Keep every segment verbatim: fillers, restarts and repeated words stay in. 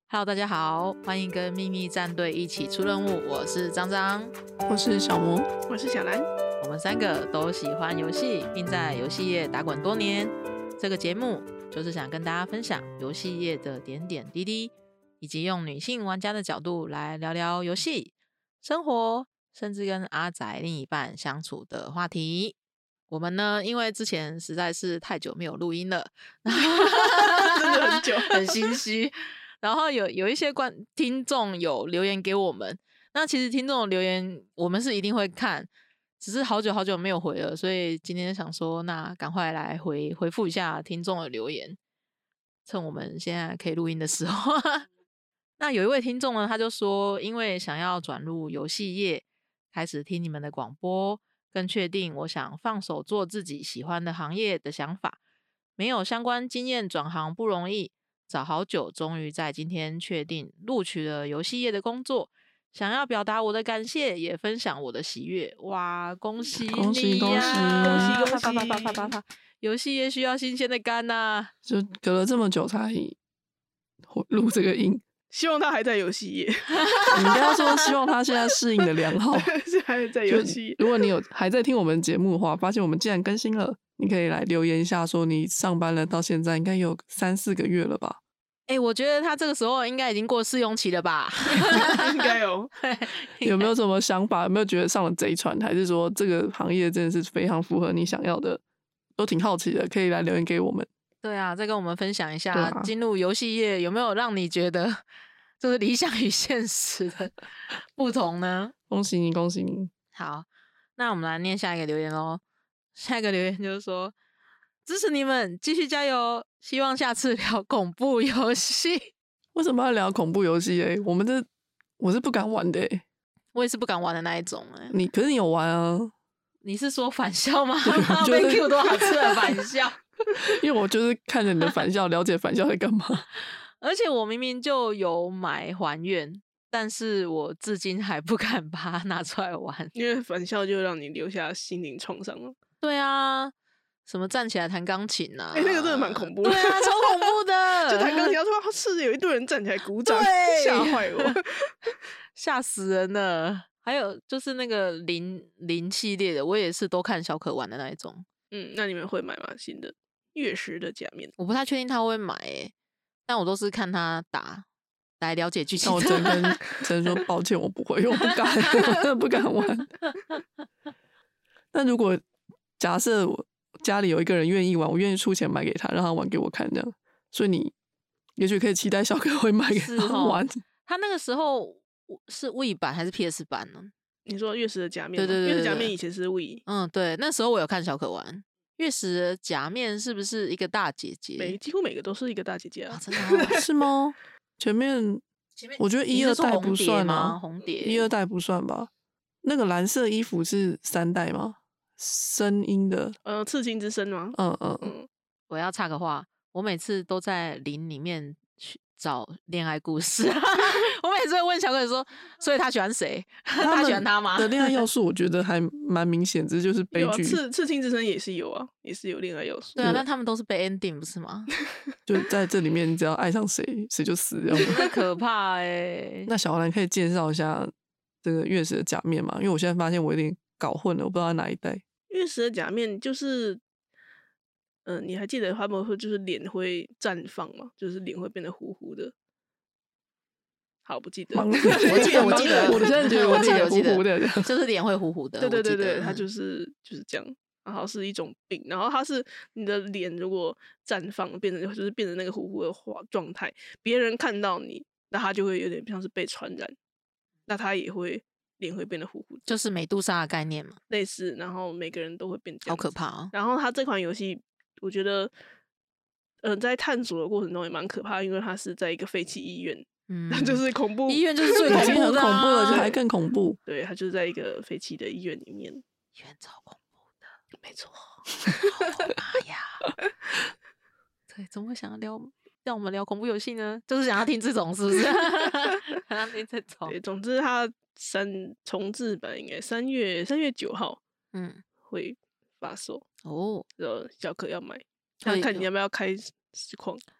Hello， 大家好，欢迎跟秘密战队一起出任务。我是张张， 我是小魔， 我是小兰。 我们三个都喜欢游戏，并在游戏业打滚多年。这个节目就是想跟大家分享游戏业的点点滴滴，以及用女性玩家的角度来聊聊游戏、生活，甚至跟阿宅另一半相处的话题。我们呢，因为之前实在是太久没有录音了， 真的很久， 很心虚。然后有有一些观听众有留言给我们，那其实听众的留言我们是一定会看，只是好久好久没有回了，所以今天想说，那赶快来回回复一下听众的留言，趁我们现在可以录音的时候。那有一位听众呢，他就说，因为想要转入游戏业，开始听你们的广播，更确定我想放手做自己喜欢的行业的想法，没有相关经验转行不容易。找好久，终于在今天确定录取了游戏业的工作，想要表达我的感谢，也分享我的喜悦。哇，恭喜你呀！ 恭喜恭喜恭喜恭喜啪啪啪啪啪啪！游戏业需要新鲜的肝呐， 就隔了这么久才录这个音。 希望他还在游戏业。 你应该要说希望他现在适应的良好， 是还在游戏业。 如果你有还在听我们节目的话，发现我们竟然更新了，你可以来留言一下，说你上班了到现在应该有三四个月了吧？ 哎、欸，我觉得他这个时候应该已经过试用期了吧？ 应该有。 有没有什么想法？有没有觉得上了贼船？还是说这个行业真的是非常符合你想要的？都挺好奇的，可以来留言给我们。 对啊，再跟我们分享一下， 啊、 进入游戏业有没有让你觉得就是理想与现实的不同呢？ 恭喜你，恭喜你！ 好，那我们来念下一个留言咯。下一个留言就是说，支持你们，继续加油！希望下次聊恐怖游戏。 为什么要聊恐怖游戏？哎，我们这我是不敢玩的哎。 我也是不敢玩的那一种哎。 你可是你有玩啊？ 你是说返校吗？被 Q 多少次了返校？ 因为我就是看着你的返校，了解返校在干嘛。 而且我明明就有买还愿，但是我至今还不敢把它拿出来玩， 因为返校就让你留下心灵创伤了。 对啊。什么站起来弹钢琴啊？ 哎、欸，那个真的蛮恐怖的。 对啊，超恐怖的。 就弹钢琴，他说是有一堆人站起来鼓掌，吓坏我， 吓死人了。还有就是那个零零系列的，我也是都看小可玩的那一种。 嗯，那你们会买吗？新的月食的假面， 我不太确定他会买诶、欸，但我都是看他打来了解剧情。 那我真跟真说抱歉，我不会，我不敢，我真的不敢玩。但如果假设我家里有一个人愿意玩，我愿意出钱买给他，让他玩给我看，这样。所以你也许可以期待小可会买给他玩。 他那个时候是 Wii 版还是 P S 版呢？ 你说月食的假面吗？ 对对 对, 对, 对， 月食假面以前是 Wii。 嗯，对，那时候我有看小可玩月食的假面，是不是一个大姐姐？ 每几乎每个都是一个大姐姐啊， 啊真的、哦、 是吗？前面前面我觉得一二代不算啊， 红蝶一二代不算吧？那个蓝色衣服是三代吗？声音的， 呃，刺青之声吗？ 嗯嗯嗯。 我要插个话，我每次都在林里面去找恋爱故事。我每次会问小可说，所以他喜欢谁？他喜欢他吗？ 的恋爱要素我觉得还蛮明显，这就是悲剧。 刺刺青之声也是有啊，也是有恋爱要素。 对啊，但他们都是被 ending 不是吗？ 就在这里面，你只要爱上谁，谁就死，这样子。 很可怕哎、欸。 那小兰可以介绍一下这个月食的假面吗？因为我现在发现我有点搞混了，我不知道哪一代。 月食的假面就是，嗯、呃，你还记得他们会就是脸会绽放吗？就是脸会变得糊糊的。好，不记得。 我记得，我记得， 我现在觉得我记得， 糊糊的， 就是脸会糊糊的。 对对对对，它就是就是这样，然后是一种病，然后它是你的脸如果绽放变成就是变成那个糊糊的状态，别人看到你，那他就会有点像是被传染，那他也会。脸会变得糊糊， 就是美杜莎的概念嘛， 类似，然后每个人都会变这样， 好可怕哦。 然后它这款游戏，我觉得，呃，在探索的过程中也蛮可怕，因为它是在一个废弃医院，嗯，就是恐怖医院就是最恐怖的、啊， 恐怖了，就还更恐怖。 对，它就是在一个废弃的医院里面， 医院超恐怖的， 没错。 妈呀！对，怎么会想要聊？让我们聊恐怖游戏呢？就是想要听这种，是不是？想要听这种。 对，总之它三重制版应该三月三月九号，嗯，会发售哦。 然后小可要买，看看你要不要开实况。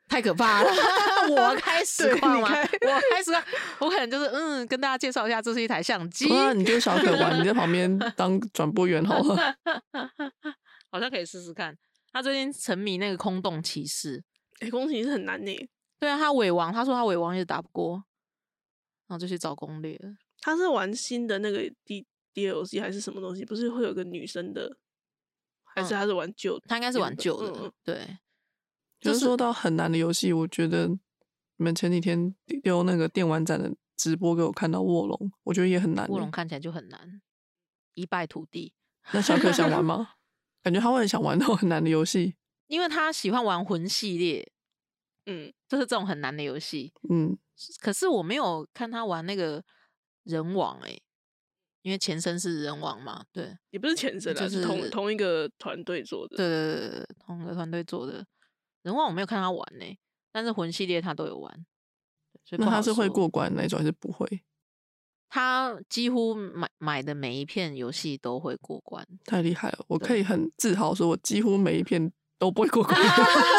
太可怕了。我开实况吗？ 对我开实况，我可能就是嗯，跟大家介绍一下，这是一台相机。 啊，你就小可玩，你在旁边当转播员好了。 好像可以试试看。他最近沉迷那个空洞骑士， 哎、欸，宫崎是很难呢。 对啊，他尾王，他说他尾王一直打不过，然后就去找攻略了。 他是玩新的那个 D D L C 还是什么东西？不是会有个女生的，还是他是玩旧的？ 他应该是玩旧的， 嗯嗯对。 就是说到很难的游戏，我觉得你们前几天丢那个电玩展的直播给我看到卧龙，我觉得也很难。 卧龙看起来就很难，一败涂地。 那小可想玩吗？感觉他会很想玩那种很难的游戏， 因为他喜欢玩魂系列， 嗯， 就是这种很难的游戏。 嗯， 可是我没有看他玩那个人王哎、欸，因为前身是人王嘛，对， 也不是前身啦， 就是同同一个团队做的。 对对对对，同一个团队做的。人王我没有看他玩呢、欸，但是魂系列他都有玩。所以那他是会过关那一种还是不会？ 他几乎买买的每一片游戏都会过关， 太厉害了！我可以很自豪说，我几乎每一片都不会过关。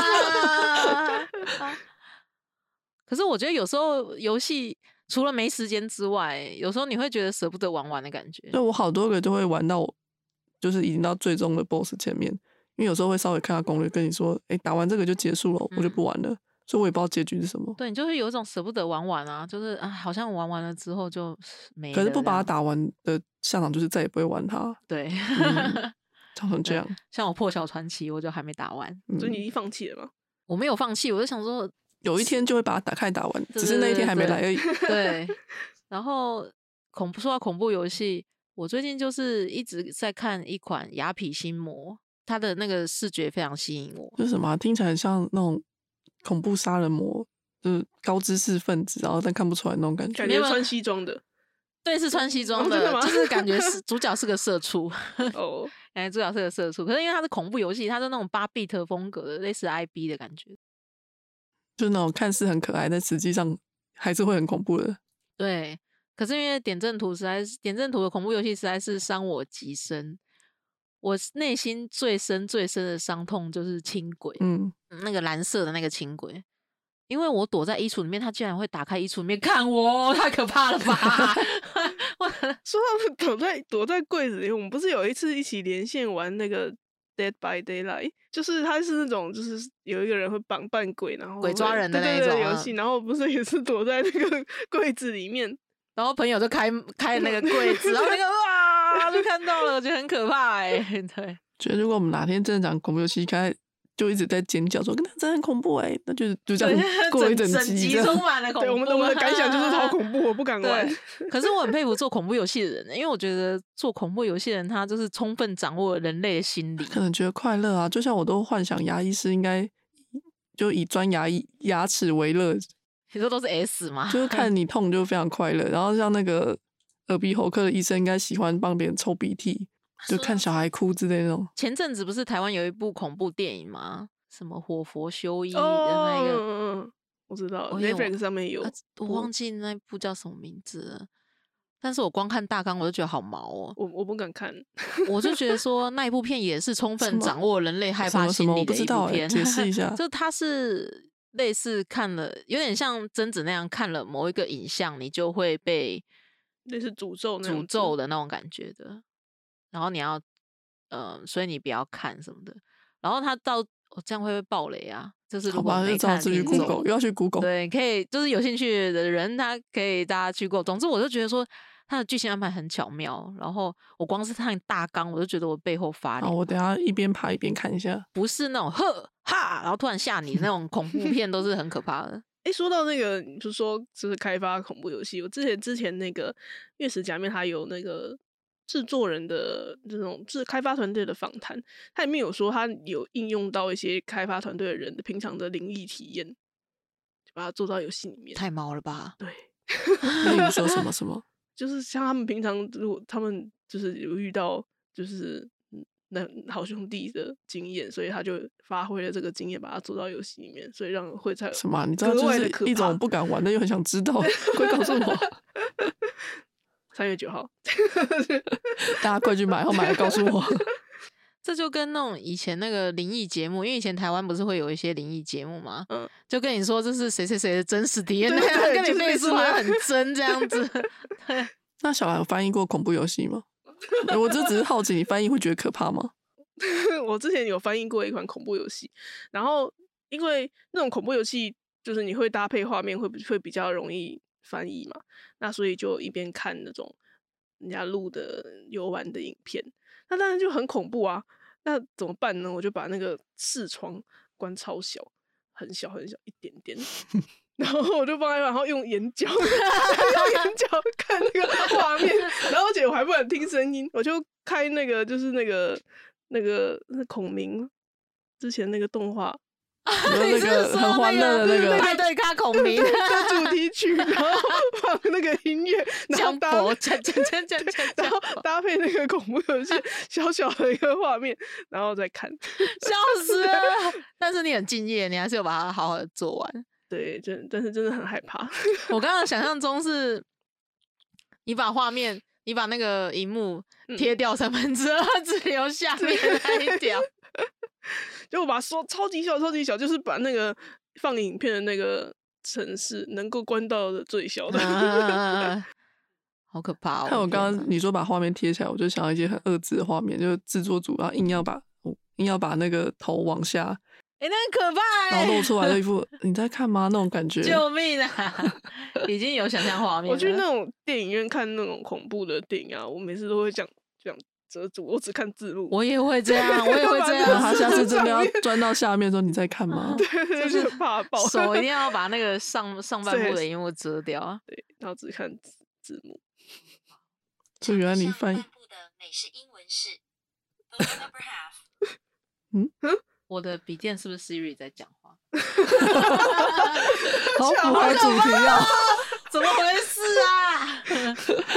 可是我觉得有时候游戏除了没时间之外，有时候你会觉得舍不得玩完的感觉。 就我好多个就会玩到，就是已经到最终的 B O S S 前面，因为有时候会稍微看下攻略，跟你说，哎、欸，打完这个就结束了， 嗯、 我就不玩了。所以我也不知道结局是什么。 对，你就会有一种舍不得玩完啊，就是啊，好像玩完了之后就没了。 可是不把它打完的下场就是再也不会玩它。 对， 嗯，造成这样。 像我破晓传奇，我就还没打完， 嗯、 所以你已经放弃了吗？ 我没有放弃，我就想说， 有一天就会把它打开打完， 只是那一天还没来而已。 对。然后恐怖说到恐怖游戏，我最近就是一直在看一款雅痞心魔，它的那个视觉非常吸引我。 就是什么、啊、听起来很像那种恐怖杀人魔。就是高知识分子，然后但看不出来那种感觉。 感觉穿西装的， 对，是穿西装的， 哦、 就是感觉是主角是个社畜。 哦， 感觉主角是个社畜，可是因为它是恐怖游戏，它是那种八 bit 风格的，类似 I B 的感觉， 就那种看似很可爱，但实际上还是会很恐怖的。 对，可是因为点阵图实在是点阵图的恐怖游戏实在是伤我极深。我内心最深最深的伤痛就是轻轨， 嗯， 那个蓝色的那个轻轨。因为我躲在衣橱里面，他竟然会打开衣橱里面看我，太可怕了吧！ 说到躲在躲在柜子里，我们不是有一次一起连线玩那个 Dead by Daylight， 就是他是那种就是有一个人会绑扮鬼，然后鬼抓人的那种游戏，然后不是也是躲在那个柜子里面， 然后朋友就开开那个柜子，然后那个哇就看到了，我觉得很可怕哎、欸，对。 觉得如果我们哪天真的讲恐怖游戏，开就一直在尖叫说那真的很恐怖哎、欸，那就就这样过了一整集， 整集充满了恐怖。 对，我们的我们的感想就是好恐怖，我不敢玩。 可是我很佩服做恐怖游戏的人，因为我觉得做恐怖游戏的人他就是充分掌握人类的心理。 可能觉得快乐啊，就像我都幻想牙医师应该就以钻牙牙齿为乐。 你说都是 S 吗？ 就是看你痛就非常快乐，然后像那个耳鼻喉科的医生应该喜欢帮别人抽鼻涕。就看小孩哭之类那种。 前阵子不是台湾有一部恐怖电影吗？什么活佛修一的那个， 哦、我知道 Netflix 上面有、啊， 我忘记那部叫什么名字了。但是我光看大纲我就觉得好毛哦， 我我不敢看， 我就觉得说那一部片也是充分掌握人类害怕心理的一部片。 解释一下， 就它是类似看了，有点像贞子那样看了某一个影像，你就会被类似诅咒那诅咒的那种感觉的。然后你要，呃，所以你不要看什么的。然后他到，哦、这样会不会爆雷啊？就是如果没看， 就去 Google， 又要去 Google。 对，可以，就是有兴趣的人，他可以大家去 Google。总之，我就觉得说他的剧情安排很巧妙。然后我光是看大纲，我就觉得我背后发凉。 我等一下一边爬一边看一下， 不是那种呵哈，然后突然吓你那种恐怖片，都是很可怕的。 哎、欸，说到那个，你就说就是开发恐怖游戏，我之前之前那个《月食假面》，它有那个制作人的这种制开发团队的访谈，它里面有说他有应用到一些开发团队的人的平常的灵异体验，就把它做到游戏里面。 太毛了吧？ 对， 那你说什么什么？ 就是像他们平常如果他们就是有遇到就是那好兄弟的经验，所以他就发挥了这个经验，把它做到游戏里面，所以让会才什么、啊？你知道就是一种不敢玩但又很想知道，快告诉我。 三月九号， 大家快去买，然后买来告诉我。 这就跟那种以前那个灵异节目，因为以前台湾不是会有一些灵异节目吗？嗯，就跟你说这是谁谁谁的真实体验，那样跟你背出来很真这样子。对。 那小兰有翻译过恐怖游戏吗？我就只是好奇，你翻译会觉得可怕吗？ 我之前有翻译过一款恐怖游戏，然后因为那种恐怖游戏就是你会搭配画面会会比较容易翻译嘛，那所以就一边看那种人家录的游玩的影片，那当然就很恐怖啊。那怎么办呢？我就把那个视窗关超小，很小很小一点点。然后我就放在，然后用眼角用眼角看那个画面，然后而且我还不能听声音，我就开那个就是那个那个那孔明之前那个动画， 那个很欢乐的那个派对卡孔明的主题曲，然后放那个音乐，然后搭然后搭配那个恐怖游戏小小的一个画面，然后再看， 笑死了。但是你很敬业，你还是有把它好好的做完。 对，真但是真的很害怕。 我刚刚想象中是，你把画面，你把那个荧幕贴掉三分之二，只留下面那一条。 就我把它缩超级小，超级小，就是把那个放影片的那个程式能够关到的最小的。 啊、好可怕哦！ 看我刚刚你说把画面贴起来，我就想到一些很恶质的画面，就是制作组然后硬要把硬要把那个头往下。 哎、欸，那很可怕哎、 欸！然后露出来的一副你在看吗？那种感觉， 救命啊！已经有想象画面了。 我去那种电影院看那种恐怖的电影啊，我每次都会这样这样遮住，我只看字幕。 我也会这样，我也会这样。 他下次真的要钻到下面说你在看吗？ 对，就是怕爆。 手一定要把那个上上半部的荧幕遮掉啊。 对，然后只看字幕。 所以原来你翻译。 美式英文是嗯。我的笔电是不是 Siri 在讲话？ 好符合主题啊！ 怎么回事啊？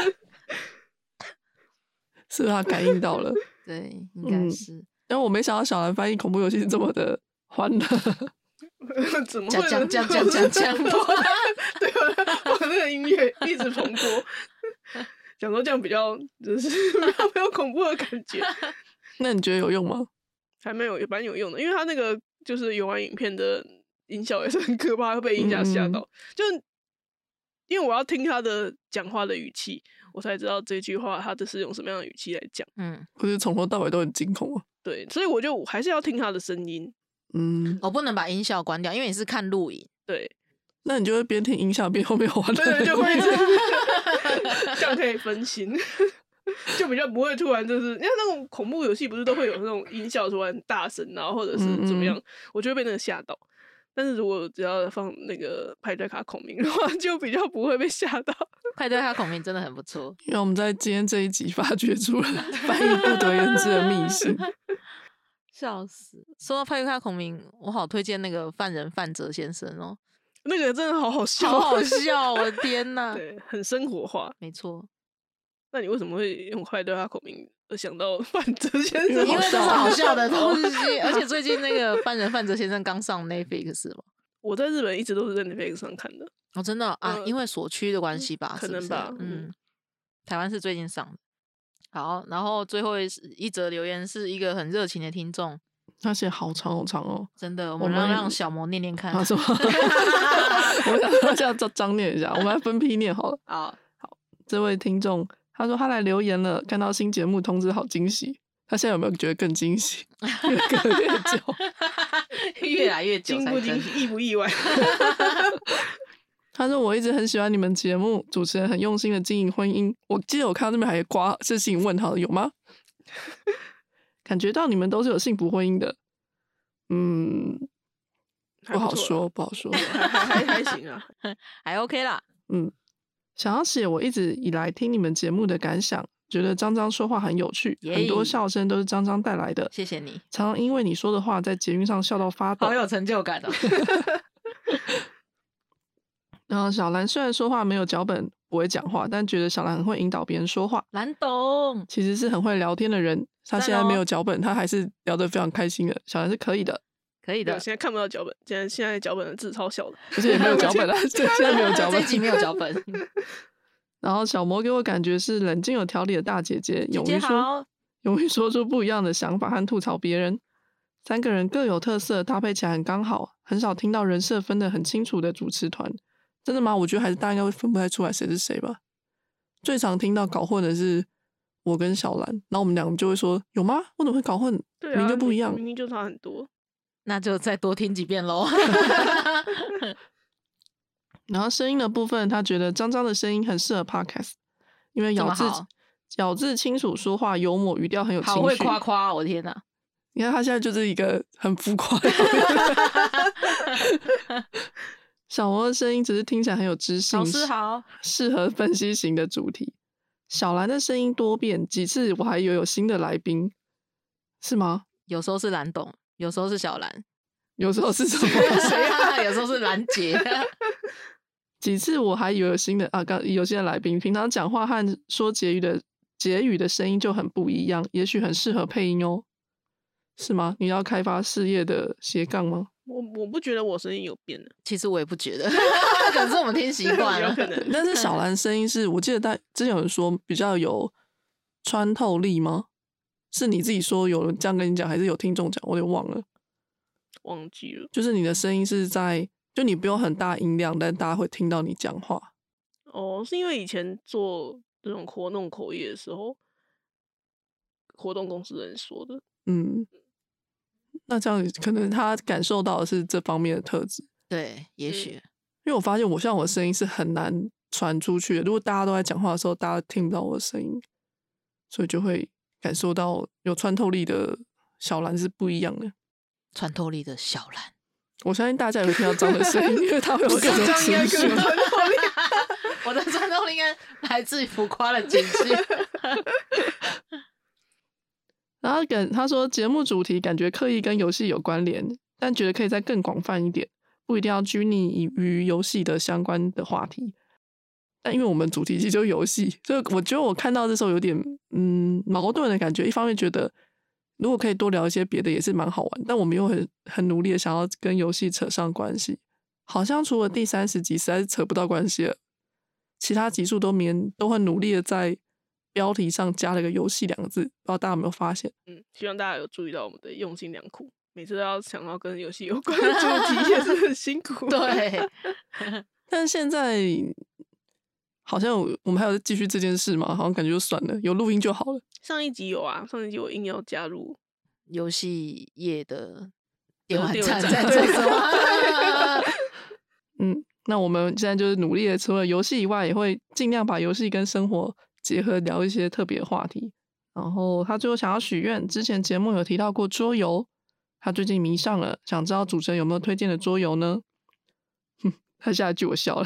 是不是他感应到了？ 对，应该是。 嗯、但我没想到小兰翻译恐怖游戏是这么的欢乐。 怎么会讲讲讲讲讲播？ 对，我那个音乐一直重播，想说这样比较就是比较没有恐怖的感觉。 那你觉得有用吗？ 还没有，蛮有用的，因为他那个就是游玩影片的音效也是很可怕，会被音响吓到。嗯、就因为我要听他的讲话的语气，我才知道这句话他的是用什么样的语气来讲。 嗯， 不是从头到尾都很惊恐啊。 对，所以我就还是要听他的声音。 嗯， 我不能把音效关掉，因为你是看录影。 对， 那你就会边听音效边后面玩。 对，就会这样可以分心。就比较不会突然就是，因为那种恐怖游戏不是都会有那种音效突然很大声，然后或者是怎么样，嗯嗯我就会被那个吓到。但是如果只要放那个派对卡孔明的话，就比较不会被吓到。 派对卡孔明真的很不错， 因为我们在今天这一集发掘出了翻译不得人知的秘辛。 笑死！说到派对卡孔明，我好推荐那个犯人范泽先生哦， 那个真的好好笑， 好好笑，我的天哪！ 对，很生活化， 没错。 那你为什么会用快乐哈孔明而想到范泽先生？ 因为这是好笑的东西，而且最近那个犯人范泽先生刚上 Netflix 是吗？ 我在日本一直都是在 Netflix 上看的。 哦，真的啊、呃，因为所区的关系吧， 可能吧。 是是嗯，台湾是最近上的。好，然后最后一则留言是一个很热情的听众， 他写好长好长哦， 真的，我们让让小魔念念看。 他说，我想现在张念一下，我们来分批念好了。 好， 好，这位听众。他说他来留言了，看到新节目通知好惊喜。他现在有没有觉得更惊喜？越隔越久， 越来越久， 惊不惊喜，意不意外？ 他说我一直很喜欢你们节目，主持人很用心的经营婚姻。我记得我看到这边还挂是信问号的，有吗？感觉到你们都是有幸福婚姻的。嗯，不好说，不好说， 还还还行啊， 还 OK 啦。 嗯。想要写我一直以来听你们节目的感想，觉得张张说话很有趣， yeah. 很多笑声都是张张带来的。 谢谢你， 常常因为你说的话在捷运上笑到发抖， 好有成就感哦。 然后小兰虽然说话没有脚本，不会讲话，但觉得小兰很会引导别人说话。 兰懂， 其实是很会聊天的人。他现在没有脚本，他还是聊得非常开心的。小兰是可以的。 可以的， 现在看不到脚本，现在现在脚本的字超小的， 而且也没有脚本了，现在没有脚本， 这集没有脚本。 然后小魔给我感觉是冷静有条理的大姐姐， 姐姐好， 勇于说出不一样的想法和吐槽别人。三个人各有特色，搭配起来很刚好，很少听到人设分得很清楚的主持团。真的吗？我觉得还是大家应该会分不太出来谁是谁吧。最常听到搞混的是我跟小兰，然后我们两个就会说有吗？我怎么会搞混？ 对啊， 明明就不一样， 明明就差很多。 那就再多听几遍咯。 然后声音的部分，他觉得张张的声音很适合 podcast， 因为咬字咬字清楚，说话幽默，语调很有情绪。 好会夸夸，我的天哪！ 你看他现在就是一个很浮夸的小魔的声音只是听起来很有知性， 老师好， 适合分析型的主题。小兰的声音多变，几次我还以为有新的来宾，是吗？ 有时候是蓝董，有时候是小兰， 有时候是什么？ 谁啊？有时候是兰姐。 几次我还以为有新的啊，刚有新的来宾，平常讲话和说结语的结语的声音就很不一样，也许很适合配音哦。是吗？你要开发事业的斜杠吗？ 我我不觉得我声音有变的， 其实我也不觉得，可能是我们听习惯了。 有可能。 但是小兰声音是我记得大之前有人说比较有穿透力吗？是你自己说有人这样跟你讲，还是有听众讲？我有点忘了， 忘记了。 就是你的声音是在，就你不用很大音量，但大家会听到你讲话。 哦，是因为以前做这种活动口译的时候，活动公司的人说的。 嗯。那这样可能他感受到的是这方面的特质， 对，也许因为我发现我像我的声音是很难传出去的，如果大家都在讲话的时候，大家听不到我的声音，所以就会感受到有穿透力的小兰是不一样的。 穿透力的小兰， 我相信大家也会听到张的声音，因为他会有各种情绪。 我的穿透力应该来自于浮夸的情绪。 然后跟他说，节目主题感觉刻意跟游戏有关联，但觉得可以再更广泛一点，不一定要拘泥于游戏的相关的话题。但因为我们主题其实就是游戏，所以我觉得我看到这时候有点嗯矛盾的感觉。一方面觉得如果可以多聊一些别的也是蛮好玩，但我们又很很努力的想要跟游戏扯上关系，好像除了第三十集实在是扯不到关系了，其他集数都免都很努力的在标题上加了个游戏两个字，不知道大家有没有发现？ 嗯，希望大家有注意到我们的用心良苦，每次都要想要跟游戏有关的主题，也是很辛苦。 对， 但现在好像我们还有继续这件事嘛，好像感觉就算了，有录音就好了。 上一集有啊，上一集我硬要加入游戏业的电玩电玩战战在做什么？ 嗯，那我们现在就是努力的，除了游戏以外，也会尽量把游戏跟生活结合，聊一些特别的话题。然后他最后想要许愿，之前节目有提到过桌游，他最近迷上了，想知道主持人有没有推荐的桌游呢？哼，他下一句我笑了。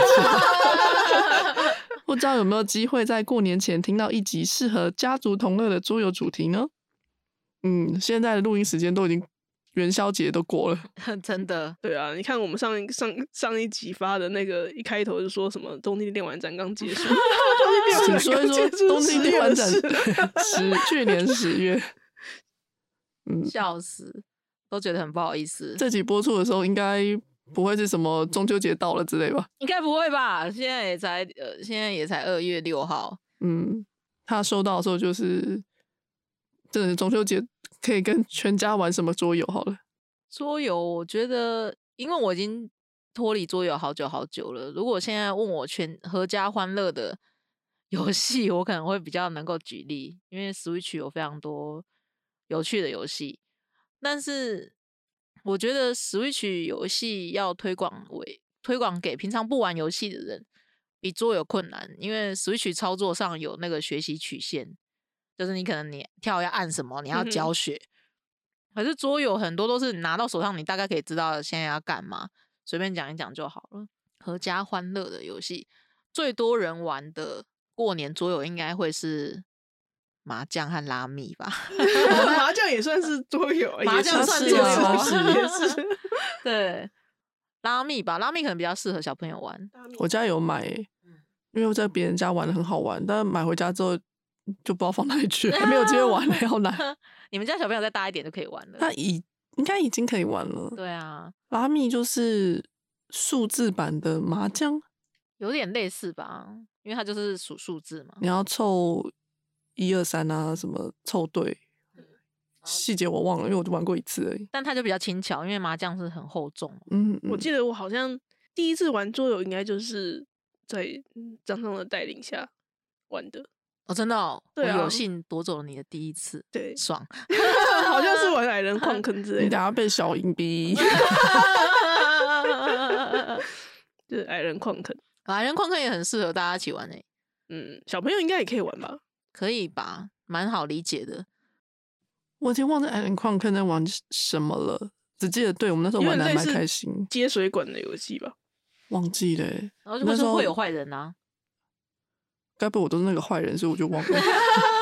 不知道有没有机会在过年前听到一集适合家族同乐的桌游主题呢？嗯，现在的录音时间都已经元宵节都过了。 真的， 对啊，你看我们上一上上一集发的那个一开头就说什么东京电玩展刚结束， 请说一说东京电玩展，十去年十月，嗯， 笑死，都觉得很不好意思。 这集播出的时候应该不会是什么中秋节到了之类吧？ 应该不会吧？现在也才呃，现在也才二月六号。 嗯，他收到的时候就是真的是中秋节可以跟全家玩什么桌游好了。 桌游，我觉得，因为我已经脱离桌游好久好久了。如果现在问我全合家欢乐的游戏，我可能会比较能够举例，因为 Switch 有非常多有趣的游戏。但是我觉得 Switch 游戏要推广为推广给平常不玩游戏的人，比桌游困难，因为 Switch 操作上有那个学习曲线，就是你可能你跳要按什么，你要教学。嗯可是桌游很多都是你拿到手上，你大概可以知道现在要干嘛，随便讲一讲就好了。合家欢乐的游戏，最多人玩的过年桌游应该会是麻将和拉密吧？ 麻将也算是桌游， 麻将算桌游啊也是。 对，拉密吧，拉密可能比较适合小朋友玩。 我家有买、欸，因为我在别人家玩的很好玩，但买回家之后就不知道放哪里去，还没有机会玩了，好难。 你们家小朋友再大一点就可以玩了。 他已应该已经可以玩了。 对啊， 拉密就是数字版的麻将， 有点类似吧，因为它就是数数字嘛。 你要凑一二三啊，什么凑对，细节我忘了，因为我就玩过一次而已。 但它就比较轻巧，因为麻将是很厚重。 嗯，嗯我记得我好像第一次玩桌游，应该就是在张张的带领下玩的。 哦，真的哦， 对啊我有幸夺走了你的第一次， 对， 爽。 好像是玩矮人矿坑之类的， 你等下被小银逼。 就是矮人矿坑。 矮人矿坑也很适合大家一起玩诶、 嗯，小朋友应该也可以玩吧？ 可以吧？蛮好理解的。 我已经忘记矮人矿坑在玩什么了，只记得对我们那时候玩的还蛮开心。 接水管的游戏吧？ 忘记了、欸， 然后就会说会有坏人啊， 该不会我都是那个坏人，所以我就忘了。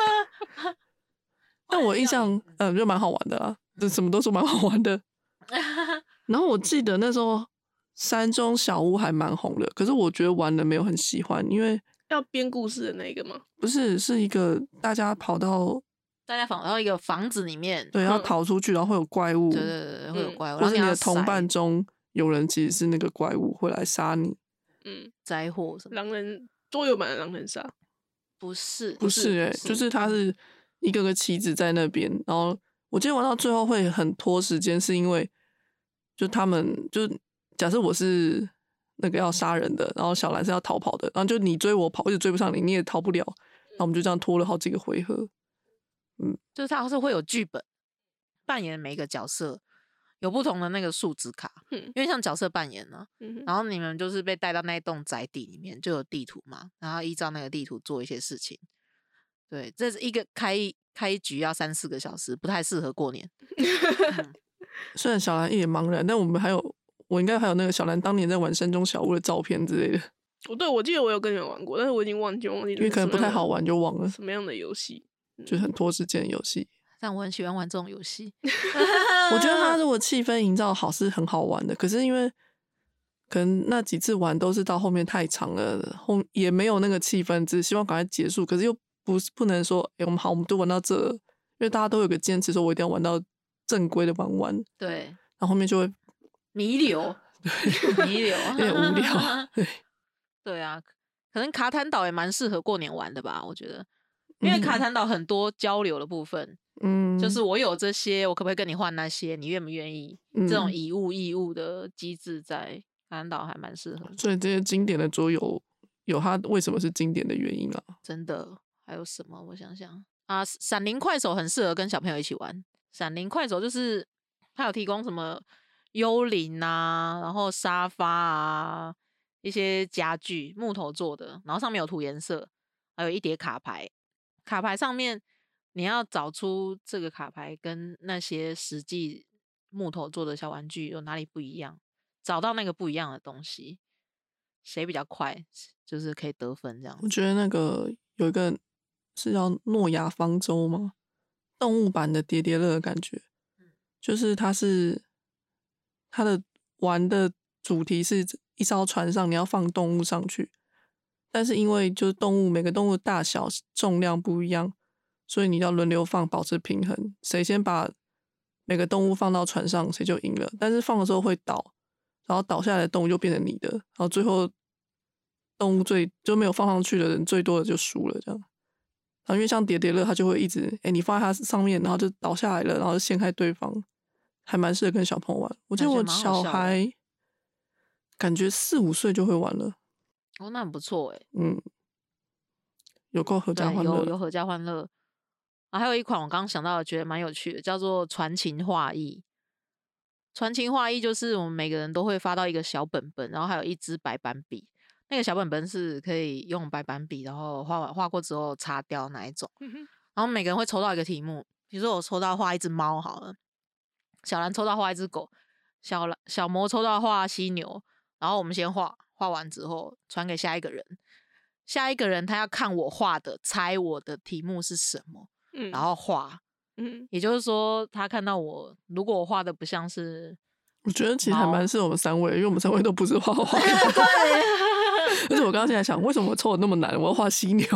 但我印象，嗯，就蛮好玩的啦，这什么都是蛮好玩的。然后我记得那时候山中小屋还蛮红的，可是我觉得玩的没有很喜欢，因为要编故事的那个吗？ 不是是一个大家跑到大家跑到一个房子里面， 对要逃出去，然后会有怪物， 对对对对，会有怪物， 或是你然后要的同伴塞中有人其实是那个怪物会来杀你。 嗯， 灾祸什么？ 狼人桌游版的狼人杀不是， 不是哎、欸，就是它是一个个棋子在那边，然后我记得玩到最后会很拖时间，是因为就他们就假设我是那个要杀人的，然后小兰是要逃跑的，然后就你追我跑，一直追不上你，你也逃不了，然后我们就这样拖了好几个回合。嗯， 就是它是会有剧本，扮演每一个角色有不同的那个数值卡， 嗯因为像角色扮演呢、 嗯然后你们就是被带到那一栋宅邸里面，就有地图嘛，然后依照那个地图做一些事情。对，这是一个开开局要三四个小时，不太适合过年。嗯虽然小兰一脸茫然，但我们还有我应该还有那个小兰当年在玩山中小屋的照片之类的， 哦，对，我记得我有跟你们玩过，但是我已经忘记忘记， 因为可能不太好玩就忘了， 什么样的游戏， 就是很拖时间的游戏。 但我很喜欢玩这种游戏。 我觉得它如果气氛营造好是很好玩的，可是因为可能那几次玩都是到后面太长了，后也没有那个气氛，只希望赶快结束。可是又不是不能说，哎、欸，我们好，我们都玩到这了，因为大家都有个坚持，说我一定要玩到正规的玩完。 对， 然后后面就会弥留，弥留， 有点无聊。对， 对啊，可能卡坦岛也蛮适合过年玩的吧，我觉得，因为卡坦岛很多交流的部分。 嗯， 就是我有这些，我可不可以跟你换那些？你愿不愿意？ 嗯、 这种以物易物的机制在卡坦岛还蛮适合。 所以这些经典的桌游有它为什么是经典的原因啊。 真的，还有什么？我想想啊，闪灵快手很适合跟小朋友一起玩。闪灵快手就是它有提供什么幽灵啊，然后沙发啊，一些家具木头做的，然后上面有涂颜色，还有一叠卡牌，卡牌上面。你要找出这个卡牌跟那些实际木头做的小玩具有哪里不一样，找到那个不一样的东西，谁比较快，就是可以得分这样子。 我觉得那个有一个是叫诺亚方舟吗？动物版的叠叠乐的感觉，就是它是它的玩的主题是一艘船上，你要放动物上去，但是因为就是动物每个动物的大小重量不一样。所以你要轮流放，保持平衡。谁先把每个动物放到船上，谁就赢了。但是放的时候会倒，然后倒下来的动物就变成你的，然后最后动物最就没有放上去的人最多的就输了。这样，然后因为像叠叠乐，它就会一直，哎、欸，你放在它上面，然后就倒下来了，然后就掀开对方，还蛮适合跟小朋友玩。我记得我小孩感觉四五岁就会玩了。 哦，那很不错哎。 嗯，有够合家欢乐， 有有合家欢乐。啊，还有一款我刚刚想到的，觉得蛮有趣的，叫做传情画意。传情画意就是我们每个人都会发到一个小本本，然后还有一支白板笔。那个小本本是可以用白板笔，然后画完画过之后擦掉那一种。 嗯、 然后每个人会抽到一个题目，比如说我抽到画一只猫好了，小兰抽到画一只狗，小兰小魔抽到画犀牛，然后我们先画，画完之后传给下一个人，下一个人他要看我画的，猜我的题目是什么。 嗯、 然后画， 嗯， 也就是说，他看到我，如果我画的不像是， 我觉得其实还蛮适合我们三位，因为我们三位都不是画画。 对， 而且我刚刚现在想，为什么我抽的那么难？我要画犀牛。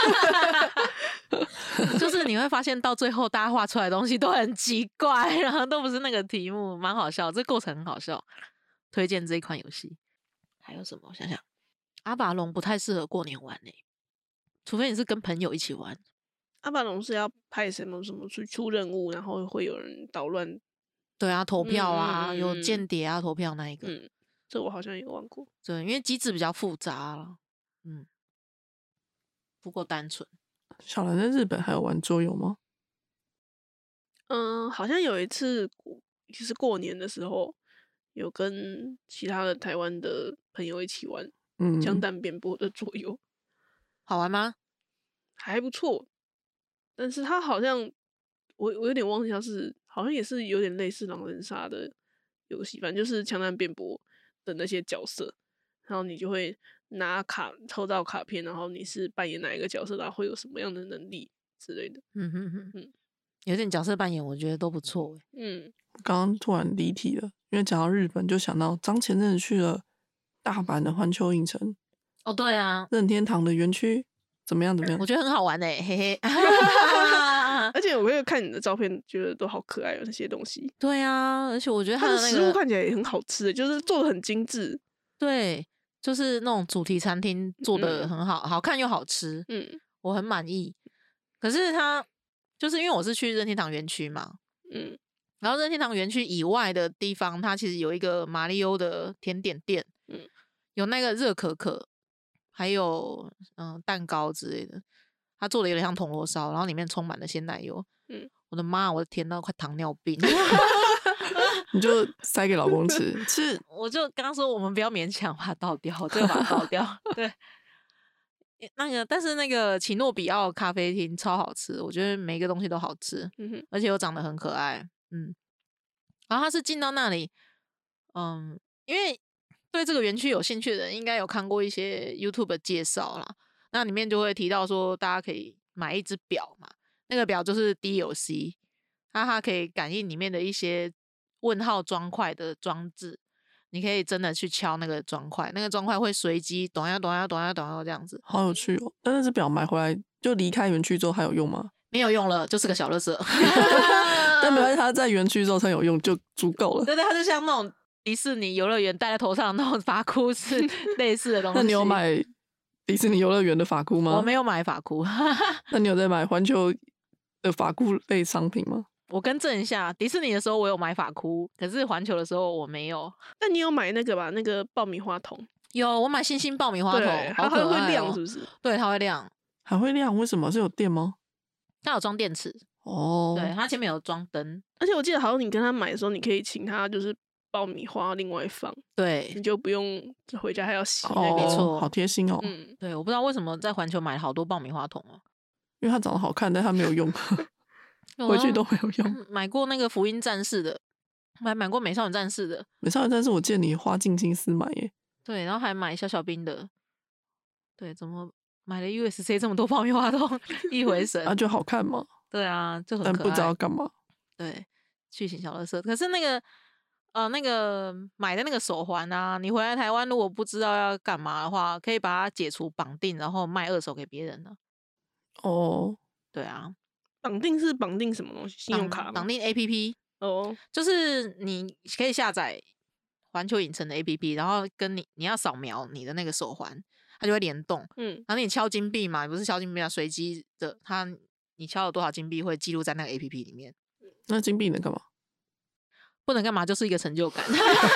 就是你会发现到最后，大家画出来的东西都很奇怪，然后都不是那个题目，蛮好笑，这过程很好笑。推荐这一款游戏。还有什么？我想想，阿拔龙不太适合过年玩诶、欸，除非你是跟朋友一起玩。 阿巴龙是要派什么什么去出任务，然后会有人捣乱。 对啊，投票啊， 嗯嗯嗯有间谍啊，投票那一个。 嗯，这我好像有玩过。 对，因为机制比较复杂了，嗯，不够单纯。 小兰在日本还有玩桌游吗？ 嗯，好像有一次，就是过年的时候，有跟其他的台湾的朋友一起玩江嗯， 蛋辩驳的桌游， 好玩吗？ 还不错。但是它好像我我有点忘记它是好像也是有点类似狼人杀的游戏，反正就是枪弹辩驳的那些角色，然后你就会拿卡抽到卡片，然后你是扮演哪一个角色，然后会有什么样的能力之类的。 嗯哼哼， 嗯有点角色扮演，我觉得都不错欸。 嗯， 刚刚突然离题了，因为讲到日本，就想到张前阵子去了大阪的环球影城， 哦，对啊， 任天堂的园区怎么样？怎么样我？觉得很好玩诶，嘿嘿。 而且我会看你的照片，觉得都好可爱哦，那些东西。 对啊，而且我觉得它的那它的食物个看起来也很好吃，就是做的很精致。 对，就是那种主题餐厅做的嗯很好，好看又好吃， 嗯我很满意。可是它就是因为我是去任天堂园区嘛， 嗯然后任天堂园区以外的地方，它其实有一个马里欧的甜点店， 嗯有那个热可可，还有嗯、呃蛋糕之类的，它做的有点像铜锣烧，然后里面充满了鲜奶油。 嗯， 我的妈，我的天呐，快糖尿病！ 你就塞给老公吃，是我就刚刚说我们不要勉强把它倒掉，我就把它倒掉。对，那个但是那个奇诺比奥咖啡厅超好吃，我觉得每一个东西都好吃， 嗯哼， 而且又长得很可爱。嗯，然后他是进到那里，嗯，因为对这个园区有兴趣的人，应该有看过一些 YouTube 的介绍啦。那里面就会提到说，大家可以买一只表嘛，那个表就是 D L C，它它可以感应里面的一些问号砖块的装置，你可以真的去敲那个砖块，那个砖块会随机咚呀咚呀咚呀咚呀这样子， 好有趣哦。但那只表买回来就离开园区之后还有用吗？ 没有用了，就是个小垃圾。 但没关系，它在园区之后才有用就足够了。 对对，它就像那种迪士尼游乐园戴在头上的那种发箍是类似的东西。 那你有买迪士尼游乐园的发箍吗？ 我没有买发箍。 那你有在买环球的发箍类商品吗？ 我更正一下，迪士尼的时候我有买发箍，可是环球的时候我没有。 那你有买那个吧？那个爆米花筒？ 有，我买星星爆米花对， 筒， 它它好可爱、哦、 会亮，是不是？ 对，它会亮， 还会亮？为什么？是有电吗？ 它有装电池， 哦， 对，它前面有装灯， 而且我记得好像你跟他买的时候，你可以请他就是爆米花另外放， 对你就不用回家还要洗那哦， 个。 没错好贴心哦。 嗯， 对，我不知道为什么在环球买了好多爆米花筒哦， 因为它长得好看，但它没有用，回去都没有用。 嗯买过那个福音战士的，还买过美少女战士的， 美少女战士我见你花尽心思买耶， 对，然后还买小小兵的，对，怎么买了 U S C 这么多爆米花筒，一回神， 啊就好看嘛， 对啊，就很可爱， 但不知道干嘛。 对，巨型小乐色。可是那个呃那个买的那个手环啊，你回来台湾如果不知道要干嘛的话，可以把它解除绑定，然后卖二手给别人呢。 哦， 对啊， 绑定是绑定什么东西？信用绑卡吗？ 绑定 A P P， 哦， 就是你可以下载环球影城的 A P P，然后跟你你要扫描你的那个手环，它就会联动。 嗯然后你敲金币嘛，不是敲金币啊，随机的，它你敲了多少金币会记录在那个 A P P 里面。 那金币能干嘛？ 不能干嘛，就是一个成就感。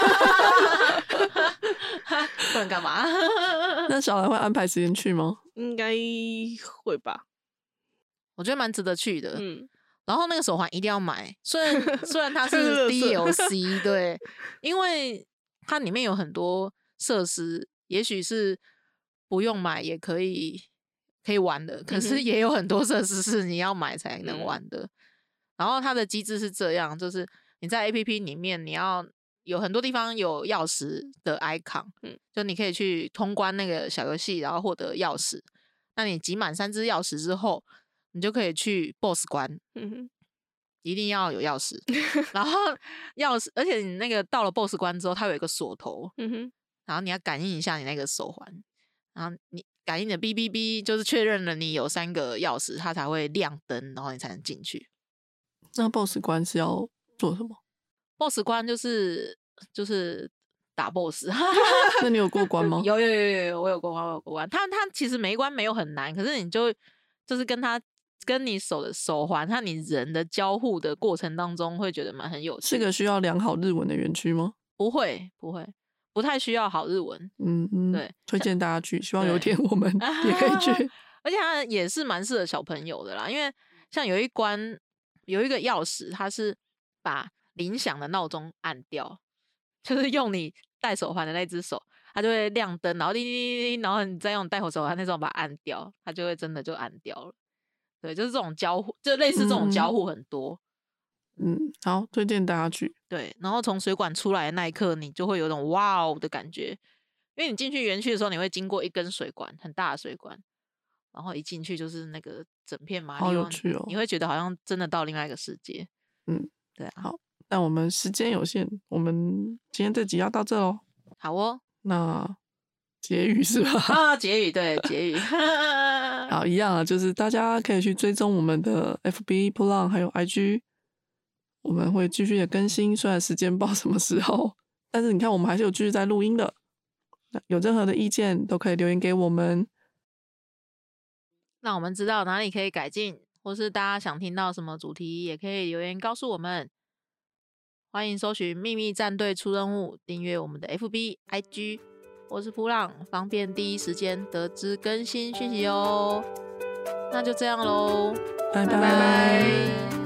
不能干嘛？ 那小兰会安排时间去吗？ 应该会吧。 我觉得蛮值得去的。 嗯， 然后那个手环一定要买，虽然虽然它这是是垃圾 D L C， 对，因为它里面有很多设施，也许是不用买也可以可以玩的，可嗯哼是也有很多设施是你要买才能嗯玩的。然后它的机制是这样，就是你在 A P P 里面，你要有很多地方有钥匙的 icon， 嗯就你可以去通关那个小游戏，然后获得钥匙。那你集满三只钥匙之后，你就可以去 B O S S 关， 嗯哼， 一定要有钥匙。然后钥匙，而且你那个到了 B O S S 关之后，它有一个锁头， 嗯哼， 然后你要感应一下你那个手环，然后你感应的哔哔哔，就是确认了你有三个钥匙，它才会亮灯，然后你才能进去。 那 B O S S 关是要做什么？ B O S S 关就是就是打 B O S S。 那你有过关吗？ 有有有有有，我有过关，我有过关。它它其实每一关没有很难，可是你就就是跟他跟你手的手环和你人的交互的过程当中，会觉得蛮很有趣。 是个需要良好日文的园区吗？ 不会，不会，不太需要好日文。 嗯嗯， 对， 推荐大家去，希望有一天我们也可以去。 而且它也是蛮适合小朋友的啦，因为像有一关有一个钥匙，它是把铃响的闹钟按掉，就是用你戴手环的那只手，它就会亮灯，然后叮叮叮叮，然后你再用戴手环那种把它按掉，它就会真的就按掉了。对，就是这种交互，就类似这种交互很多。 嗯，好，推荐大家去。 对，然后从水管出来的那一刻，你就会有种哇哦的感觉，因为你进去园区的时候，你会经过一根水管，很大的水管，然后一进去就是那个整片马里奥， 好有趣哦！ 你会觉得好像真的到另外一个世界。 嗯， 对啊。 好，但我们时间有限，我们今天这集要到这咯。 好哦。 那结语是吧？ 啊，结语，对，结语。 好，一样啊，就是大家可以去追踪我们的 F B、噗浪还有 I G， 我们会继续的更新，虽然时间不知道什么时候，但是你看我们还是有继续在录音的。有任何的意见都可以留言给我们， 让我们知道哪里可以改进，或是大家想听到什么主题，也可以留言告诉我们。欢迎搜寻秘密战队出任务，订阅我们的 F B、I G 或是噗浪，方便第一时间得知更新讯息哦。那就这样咯， 拜拜拜。